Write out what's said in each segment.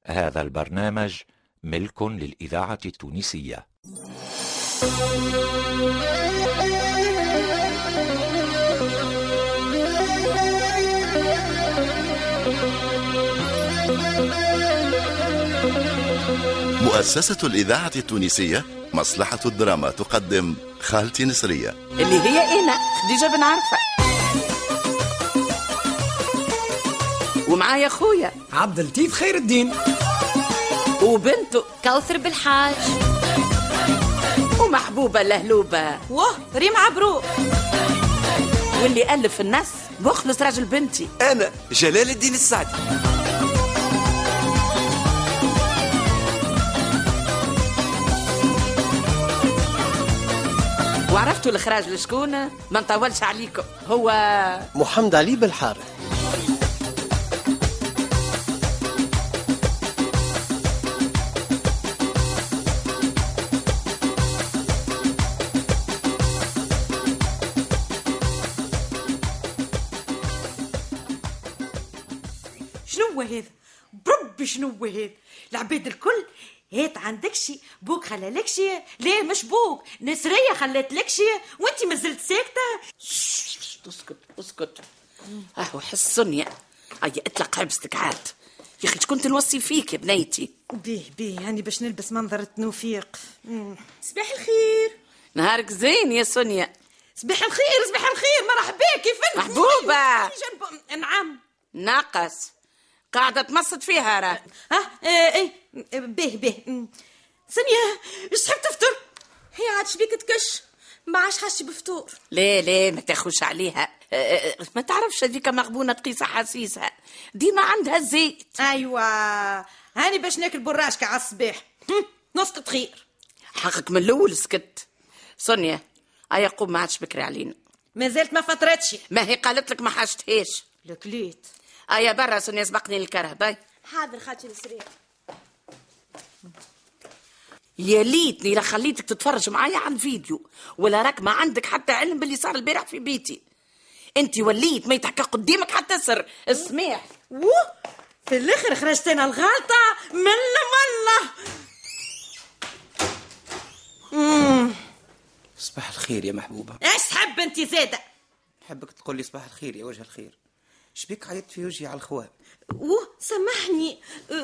هذا البرنامج ملك للإذاعة التونسية. مؤسسة الإذاعة التونسية مصلحة الدراما تقدم خالتي نسرية، اللي هي أنا خديجة بن عرفة، ومعايا خويا عبد اللطيف خير الدين، وبنته كوثر بالحاج، ومحبوبة لهلوبة ريم عبروق، واللي ألف النص بخلص راجل بنتي أنا جلال الدين السعدي. وعرفتوا الإخراج لشكون؟ ما نطولش عليكم، هو محمد علي بالحارث. شنو هذا؟ بربي شنو هذا؟ العباد الكل هات عندك شي، بوك خلالك شي، ليه مش بوك، نسرية خلات لك شي وانتي مازلت ساكتة. اسكت حس سونيا، اطلق حبستك عاد يا اخي، كنت نوصي فيك يا بنيتي. بيه هاني باش نلبس منظرة نوفيق. صباح الخير. نهارك زين يا سونيا. صباح الخير مرحبا، كيف انت محبوبة؟ نعم ناقص قاعدة تمصد فيها راه. ايه بيه سونيا ايش تحب تفطر؟ هي عاد شبيك تكش، ما عادش حاسي بفطور. ليه ما تاخوش عليها، ما تعرفش هذيك مغبونة تقيس حاسيسها، ديما عندها الزيت. ايوه هاني باش ناكل براشكة على الصباح، نسقط خير. حقك من الاول سكت. سونيا ايا قوم، ما عادش بكري علينا. ما زالت ما فطرتش. ما هي قالت لك ما حاجتهاش. لكليت ايا برا سونيا، سبقني للكره. باي حاضر خالتي نسرية. يا ليتني لا خليتك تتفرج معايا على الفيديو، ولا راك ما عندك حتى علم باللي صار البارح في بيتي. انت وليت ما يتحكى قدامك حتى سر اسمح. في الاخر خرجت انا الغلطة ملا. صباح الخير يا محبوبة. ايش تحب انت زادة؟ نحبك تقول لي صباح الخير يا وجه الخير. شبيك عيطت في وجهي على الخواب؟ سامحني،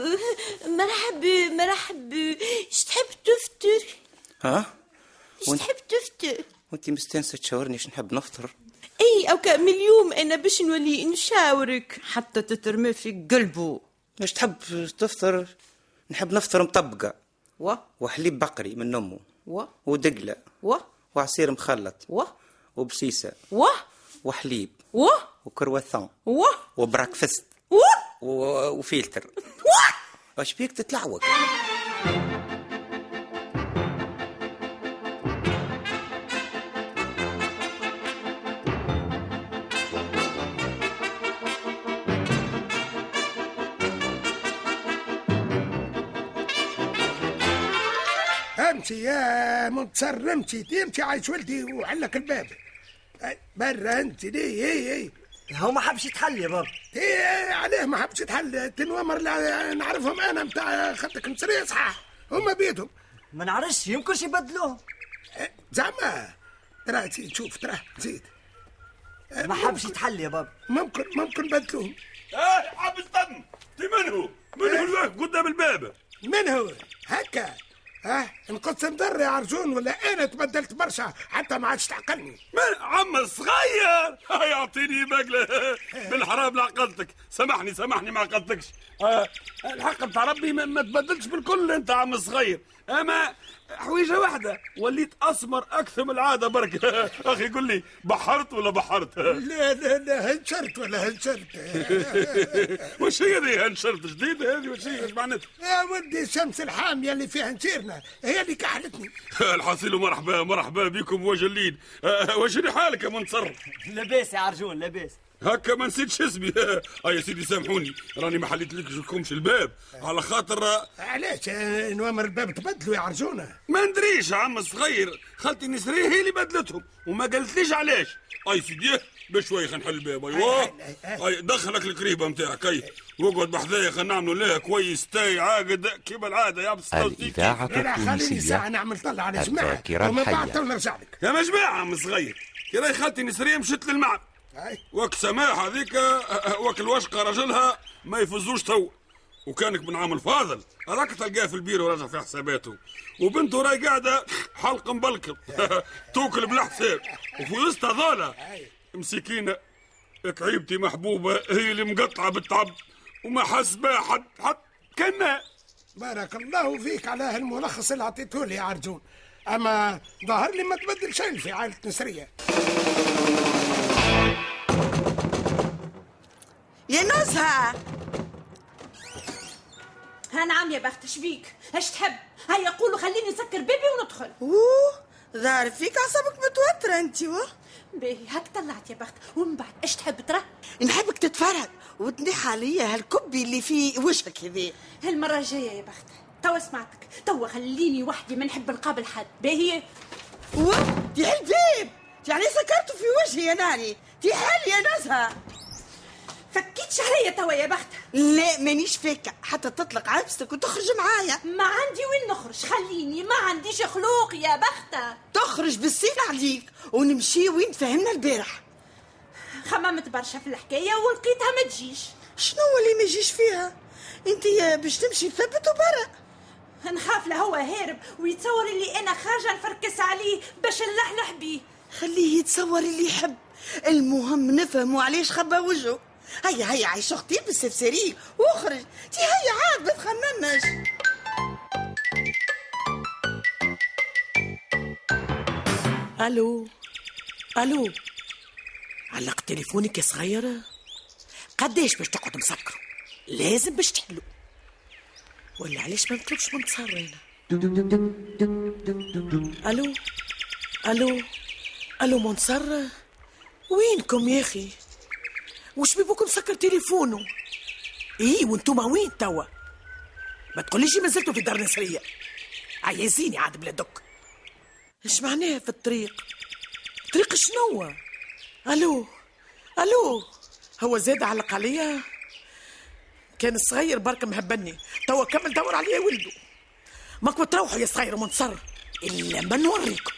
مرحب ايش تحب تفطر؟ ها؟ ايش تحب تفطر؟ وانتي مستانسة تشاورني ايش نحب نفطر؟ اي او من اليوم انا باش نولي نشاورك حتى تترمي في قلبه. ايش تحب تفطر؟ نحب نفطر مطبقة وحليب بقري من امه ودقلة وعصير مخلط وبسيسة وحليب وكرواسون وبراكفست وفلتر. واش بيك تتلعوك؟ امشي يا منتصر، امشي عايش ولدي وعلق الباب برا. انت ليه هو ما حبش يتحل يا بابا. عليه ما حبش يتحل؟ تنومر نعرفهم انا متاع خدك نسرية صحاح، هما بيدهم ما نعرفش، يمكنش يبدلوهم. زعما ترى تشوف، ترى زيد ما حبش يتحل يا بابا. ممكن بدلوهم. عم استنى، من هو الواقف قدام الباب؟ من هو هكا؟ نقص ندر يا عرجون، ولا انا تبدلت برشا حتى ما عادش تعقلني؟ من عم صغير يعطيني مقله بالحرام لعقلتك. سامحني ما عقلتكش. الحق بتاع ربي ما تبدلش بالكل انت عم صغير، اما حويجه واحده وليت اسمر اكثر من العاده برك. اخي قل لي بحرت ولا بحرت؟ لا هنشرت ولا هنشرت. وش هي ذي هنشرت جديده هذه؟ وش هي ايش معناتها؟ يا ولدي الشمس الحاميه اللي فيها نشيرنا هي اللي كحلتني. الحصيل مرحبا بكم وجلين. وشني حالك يا منصر؟ لاباس يا عرجون لاباس. هكا ما نسيتش اسمي. يا سيدي سامحوني، راني ما حليتلكش الباب على خاطر. علاش نوامر الباب تبدلوا يا عرجونه؟ ما ندريش عم صغير، خالتي نسريه هي اللي بدلتهم وما قالتليش علاش. سيدي بشوي خنحل الباب. ايوه دخلك القريبه نتاعك واقعد بحذايا خلينا نعملوا لها كويس تاي عاقد كيما العاده يا بس. الإذاعة التونسية نعمل طلع على جماعه الذاكرة ومن بعد الحية. تو نرجع لك يا مجماعه عم صغير كي راهي خالتي نسريه مشت للمعب وك سماح هذيك وك الوشقه رجلها ما يفزوش تو وكانك بن عامل فاضل هذاك تلقاه في البير وراجع في حساباته وبنته راهي قاعده حلق مبلكم توكل بلا حساب وفي وسط هذولا مسكينه كعيبتي محبوبه هي اللي مقطعه بالتعب وما حسبها حد كنا. بارك الله فيك على هالملخص اللي عطيته لي يا عرجون، اما ظهر لي ما تبدل شيء في عائله نسريه. يا نزهه ها نعم يا بخت شبيك اش تحب؟ هيا يقولوا خليني نسكر بيبي وندخل. ظهر فيك عصبك متوتره انت باهي هاك طلعت يا بخت ومن بعد اش تحب ترى؟ نحبك تتفرج وتنيح عليا هالكبي اللي في وجهك هذي. هالمره الجايه يا بخت توا سمعتك توا خليني وحدي ما نحب نقابل حد. باهي دي هالبيب يعني سكرته في وجهي يا ناري دي حل يا نزهه. فكيتش عليا توا يا بخت. لا مانيش فاكه حتى تطلق عبستك وتخرج معايا. ما عندي وين نخرج خليني ما عنديش خلوق يا بختة. تخرج بالسيف عليك ونمشي وين فهمنا البارح. خممت برشا في الحكايه ولقيتها ما تجيش. شنو اللي ما يجيش فيها؟ انت باش تمشي ثبت وبرا. نخاف له هو هارب ويتصور اللي انا خارجه نفركس عليه باش نلحلح بيه. خليه يتصور اللي يحب، المهم نفهموا علاش خبى وجهه. هيا عيش اختي بالسفسري واخرج تي هيا عاد ما تخممش. الو علق تليفونك يا صغيرة. قداش باش تقعد مسكره؟ لازم باش تحلو ولا علاش ما نطلبش من تصرينا؟ الو منصر وينكم يا اخي؟ وش بيبوكم مسكر تليفونه؟ ايه وانتوما وين توا؟ ما تقوليش ما زلتوا في دار نسرية عايزيني عاد بلا دك. ايش معناها في الطريق شنو؟ الو هو زاد علق عليا؟ كان الصغير برك مهبني توا كمل دور عليا ولده. ماكو تروحوا يا صغير منصر الا ما نوريكم.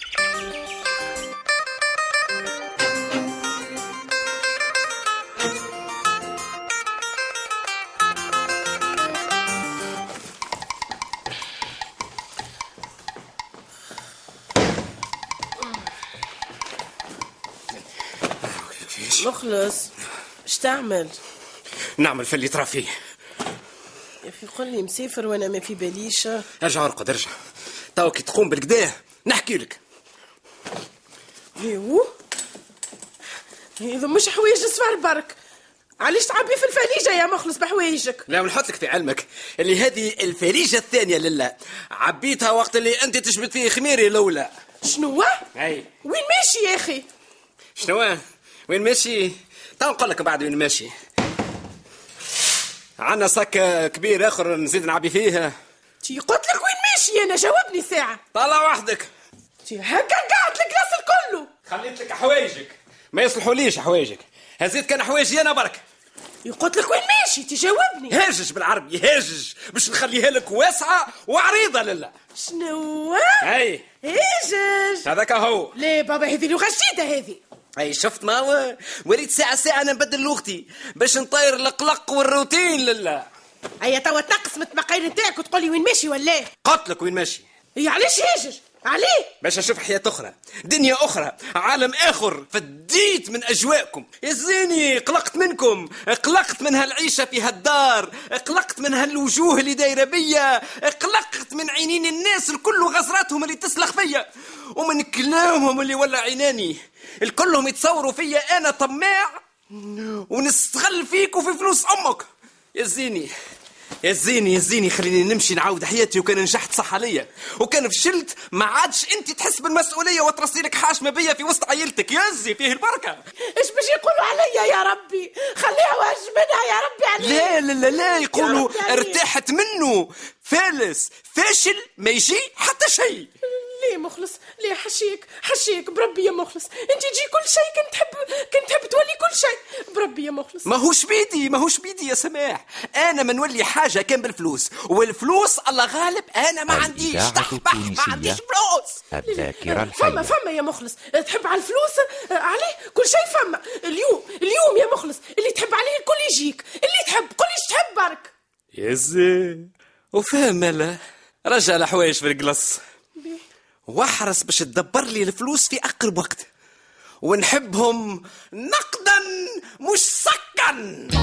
مخلص اش تعمل؟ نعمل في اللي ترى فيه يا اخي قل لي مسافر وانا ما في باليش. ارجع ارقد ارجع تو كي تقوم بالكدا نحكي لك. هذا مش حوايج صفار برك، علاش تعبي في الفريجة يا مخلص بحوايجك؟ لا ونحط لك في علمك اللي هذه الفريجة الثانية لله عبيتها وقت اللي انت تشبت فيه خميري الاولى. شنو؟ اي وين ماشي يا اخي؟ شنو وين ماشي؟ تو نقول لك بعد وين ماشي. عنا صك كبير اخر نزيد نعبي فيه. قلت لك وين ماشي انا جاوبني ساعه. طلع وحدك هكا قاعد لك راس كله. خليت لك حوايجك ما يصلحوليش حوايجك هزيت كان حوايجي انا برك. قلت لك وين ماشي تجاوبني. هاجج بالعربي هاجج باش نخليها لك واسعه وعريضه لله. شنو؟ اي هاجج هذاك هو. ليه بابا هذه لغه جديده هذه. اي شفت ما هو وليت ساعه انا نبدل لغتي باش نطير القلق والروتين لله. هيا توا تنقص من التمقاير نتاعك وتقول لي وين ماشي ولا؟ قلت لك وين ماشي. علاش هاجج؟ عليه باش اشوف حياه اخرى دنيا اخرى عالم اخر. فديت من اجواءكم يا زيني قلقت منكم قلقت من هالعيشه في هالدار قلقت من هالوجوه اللي دايره بيا قلقت من عينين الناس الكل غزراتهم اللي تسلخ فيا ومن كلامهم اللي ولا عيناني الكلهم يتصوروا فيا انا طماع ونستغل فيك وفي فلوس امك. يا زيني خليني نمشي نعاود حياتي. وكان نجحت صح عليا وكان فشلت ما عادش انت تحس بالمسؤوليه وترسي لك حاشمه بيا في وسط عائلتك. يزي فيه البركه. ايش باش يقولوا عليا يا ربي؟ خليها واش منها يا ربي عليك. لا يقولوا ارتاحت منه فالس فاشل ما يجي حتى شيء. ليه مخلص؟ ليه حشيك بربي يا مخلص، انت تجي كل شيء كنت تحب تولي كل شيء بربي يا مخلص. ماهوش بيدي يا سماح، انا ما نولي حاجه كان بالفلوس، والفلوس الله غالب انا ما عنديش ما عنديش فلوس. الذاكرة الحية. فما يا مخلص تحب على الفلوس عليه كل شيء فما. اليوم يا مخلص اللي تحب عليه الكل يجيك، اللي تحب قل ايش تحب برك. يا زين وفهم لا رجع الحوايج في القلص واحرص باش تدبر لي الفلوس في أقرب وقت، ونحبهم نقدا مش سكا.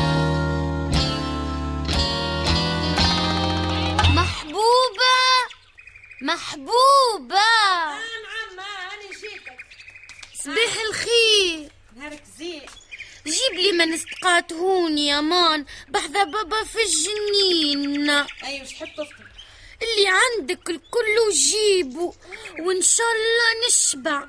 محبوبة نعم أنا جيتك. صباح الخير. نهارك زين. جيب لي ما نستقات هون يا مان بحذا بابا في الجنين. أيوة وش حب تفطر؟ اللي عندك الكل جيبه وإن شاء الله نشبع.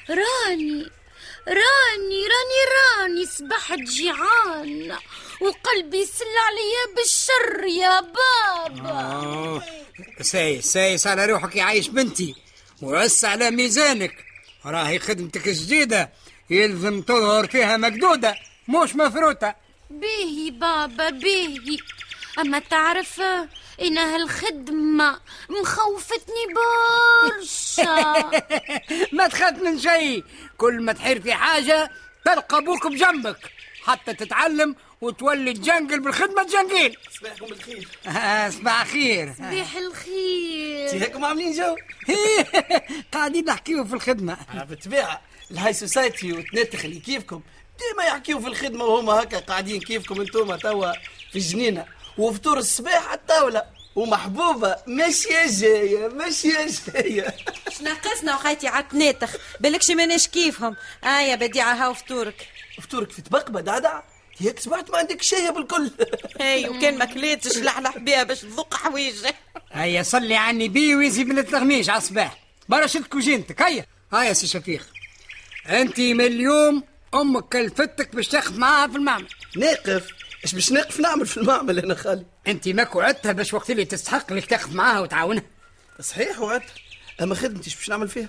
راني صبحت جيعان وقلبي يسل عليا بالشر يا بابا. سايس على روحك يعيش بنتي وعس على ميزانك. راهي خدمتك جديدة يلزم تظهر فيها مقدودة مش مفروتة. باهي بابا باهي، أما تعرف إن هالخدمة مخوفتني برشا. ما تخاف من شيء، كل ما تحير في حاجة تلقى أبوك بجنبك حتى تتعلم وتولي تجنقل بالخدمة تجنقل. صباحكم بالخير. صباح خير. صباح الخير. هيكم عاملين جو؟ قاعدين نحكيو في الخدمة. بالطبيعة الهاي سوسايتي وتنتخ اللي كيفكم ديما يحكيو في الخدمة وهما هكا قاعدين كيفكم انتوما توا في جنينة وفطور الصباح على الطاولة ومحبوبة ماشية جاية. اش ناقصنا وخيتي عتناتخ بالكش ماناش كيفهم. يا بديعة هاو فطورك في تبقبة دعدع هيك سمعت ما عندك شيء بالكل. اي وكان ما كليتش لحلح بيها باش تذوق حويجه. هيا صلي عني بي ويزي ما تلغنيش على الصباح برا شد كوجينتك. هيا سي شفيق انت من اليوم امك كلفتك باش تاخذ معاها في المعمل. ناقف ايش باش ناقف نعمل في المعمل انا خالي؟ انت ماك وعدتها باش وقت اللي تستحق لك تاخذ معاها وتعاونها. صحيح وعدتها، اما خدمتي باش نعمل فيها؟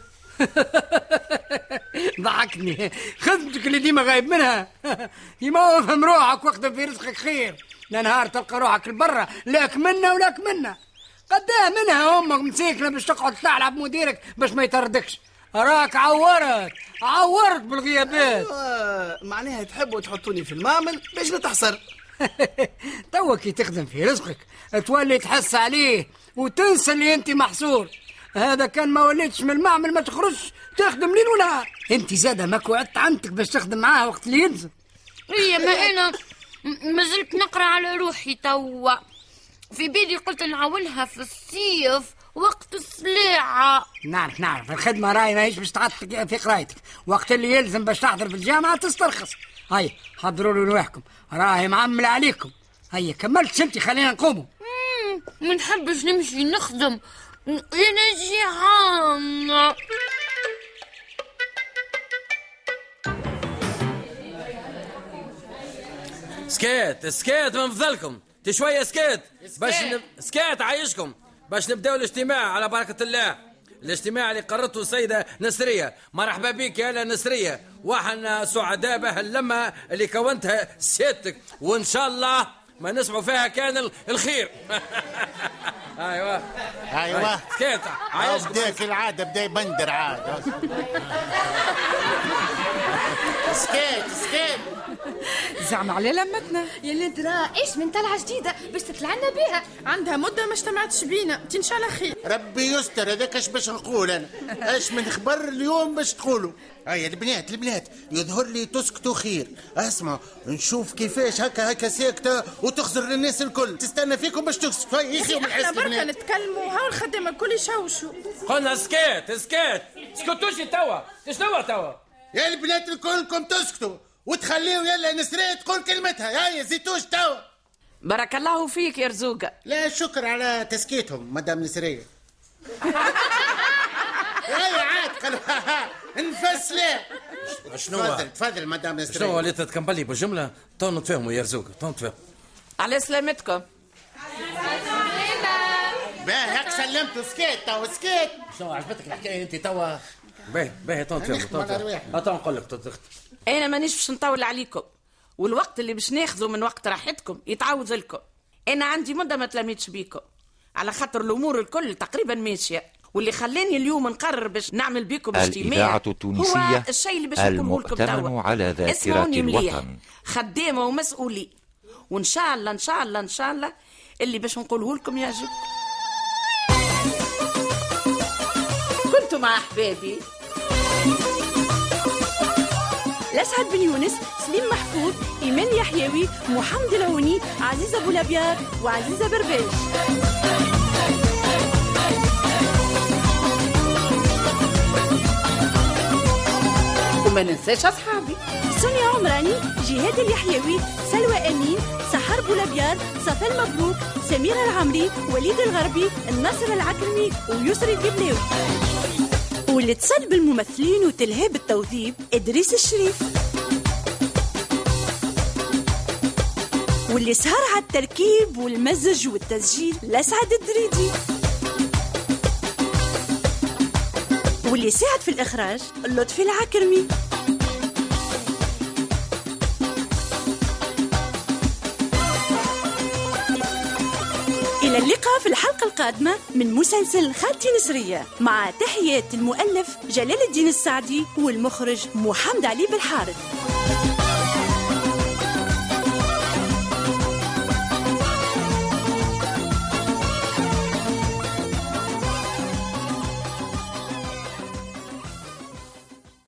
ضحكني خدمتك اللي ديما غايب منها. ديما افهم روحك وقت في رزقك خير، نهار تلقى روحك لبرا لاك منا ولاك منا. قداه منها امك مساكنه باش تقعد تلعب مديرك باش ما يطردكش. راك عورت بالغيابات. معناها تحبوا تحطوني في المعمل باش نتحصر. توا كي تخدم في رزقك تولي تحس عليه وتنسى اللي انت محصور. هذا كان ما وليتش من المعمل ما تخرجش تخدم ليل ونهار. انت زاده ماك وعدت عنتك باش تخدم معاها وقت اللي يلزم. هي ما انا ما زلت نقرا على روحي توا في بالي قلت نعاونها في الصيف وقت السلاعة. نعرف الخدمة راهي ماهيش باش تعطيك في قرايتك، وقت اللي يلزم باش تحضر في الجامعة تسترخص. هيا حضروا له رواحكم راهي معمل عليكم. هيا كملت انتي خلينا نقوموا. ما نحبش نمشي نخدم انا جيعان. سكيت من فضلكم شويه باش سكيت عايشكم باش نبداو الاجتماع على بركة الله. الاجتماع اللي قررته السيدة نسرية. مرحبا بك يا نسرية، وحنا سعداء بها اللمة اللي كونتها سيادتك، وإن شاء الله ما نسمعوا فيها كان الخير. ايوه سكيت بداك العادة بدا يبندر عاد. سكيت زعما على لمتنا يا ندرا ايش من طلعه جديده باش تطلعنا بها؟ عندها مده ما اجتمعتش بينا، ان شاء الله خير. ربي يستر. هذاك ايش باش نقول انا؟ ايش من خبر اليوم باش تقولوا؟ هيا البنات يظهر لي تسكتوا خير. اسمع نشوف كيفاش هكا ساكته وتخزر للناس الكل تستنى فيكم باش تسكتوا. يخيهم الحس. احنا بركه نتكلموا هاو الخدمه الكل يشوشوا. قلنا سكيت سكتوش توا يا البنات الكلكم تسكتوا وتخليوا يلا نسرية تقول كلمتها. هيا زيتوش توا. بارك الله فيك يا رزوقة. لا شكر على تسكيتهم مدام نسرية. هيا عاد قالوا نفسلي. شنو تفضل مدام نسرية. شنو اللي تتكملي بالجملة؟ تو نتفاهموا يا رزوقة تو نتفاهموا. على سلامتكم. باهي سلمت سكيت تو سكيت. شنو عجبتك الحكايه انت توا؟ باهي طنط نقول لك طنط. انا مانيش باش نطول عليكم، والوقت اللي باش ناخذه من وقت راحتكم يتعوض لكم. انا عندي مده ما تلاميتش بيكم على خاطر الامور الكل تقريبا ماشيه، واللي خلاني اليوم نقرر باش نعمل بكم اجتماع الإذاعة التونسية هو الشيء اللي باش نقوله لكم توا على ذاكرة الوطن، خدامه ومسؤولين، وان شاء الله ان شاء الله ان شاء الله اللي باش نقوله لكم يعجبكم. كنت مع احبابي لسعد بن يونس، سليم محفوظ، إيمان يحيوي، محمد العوني، عزيزة بولابيار وعزيزة برباش. وما ننساش أصحابي سونيا عمراني، جهاد اليحيوي، سلوى أمين، سحر بولابيار، صفا المبروك، سميرة العمري، وليد الغربي، الناصر العكرمي ويسري القبلاوي. واللي اتصل بالممثلين وتلهاب التوظيف إدريس الشريف. واللي سهر على التركيب والمزج والتسجيل لسعد الدريدي. واللي ساعد في الإخراج لطفي العكرمي. إلى اللقاء في الحلقة القادمة من مسلسل خالتي نسرية، مع تحيات المؤلف جلال الدين السعدي والمخرج محمد علي بالحارث.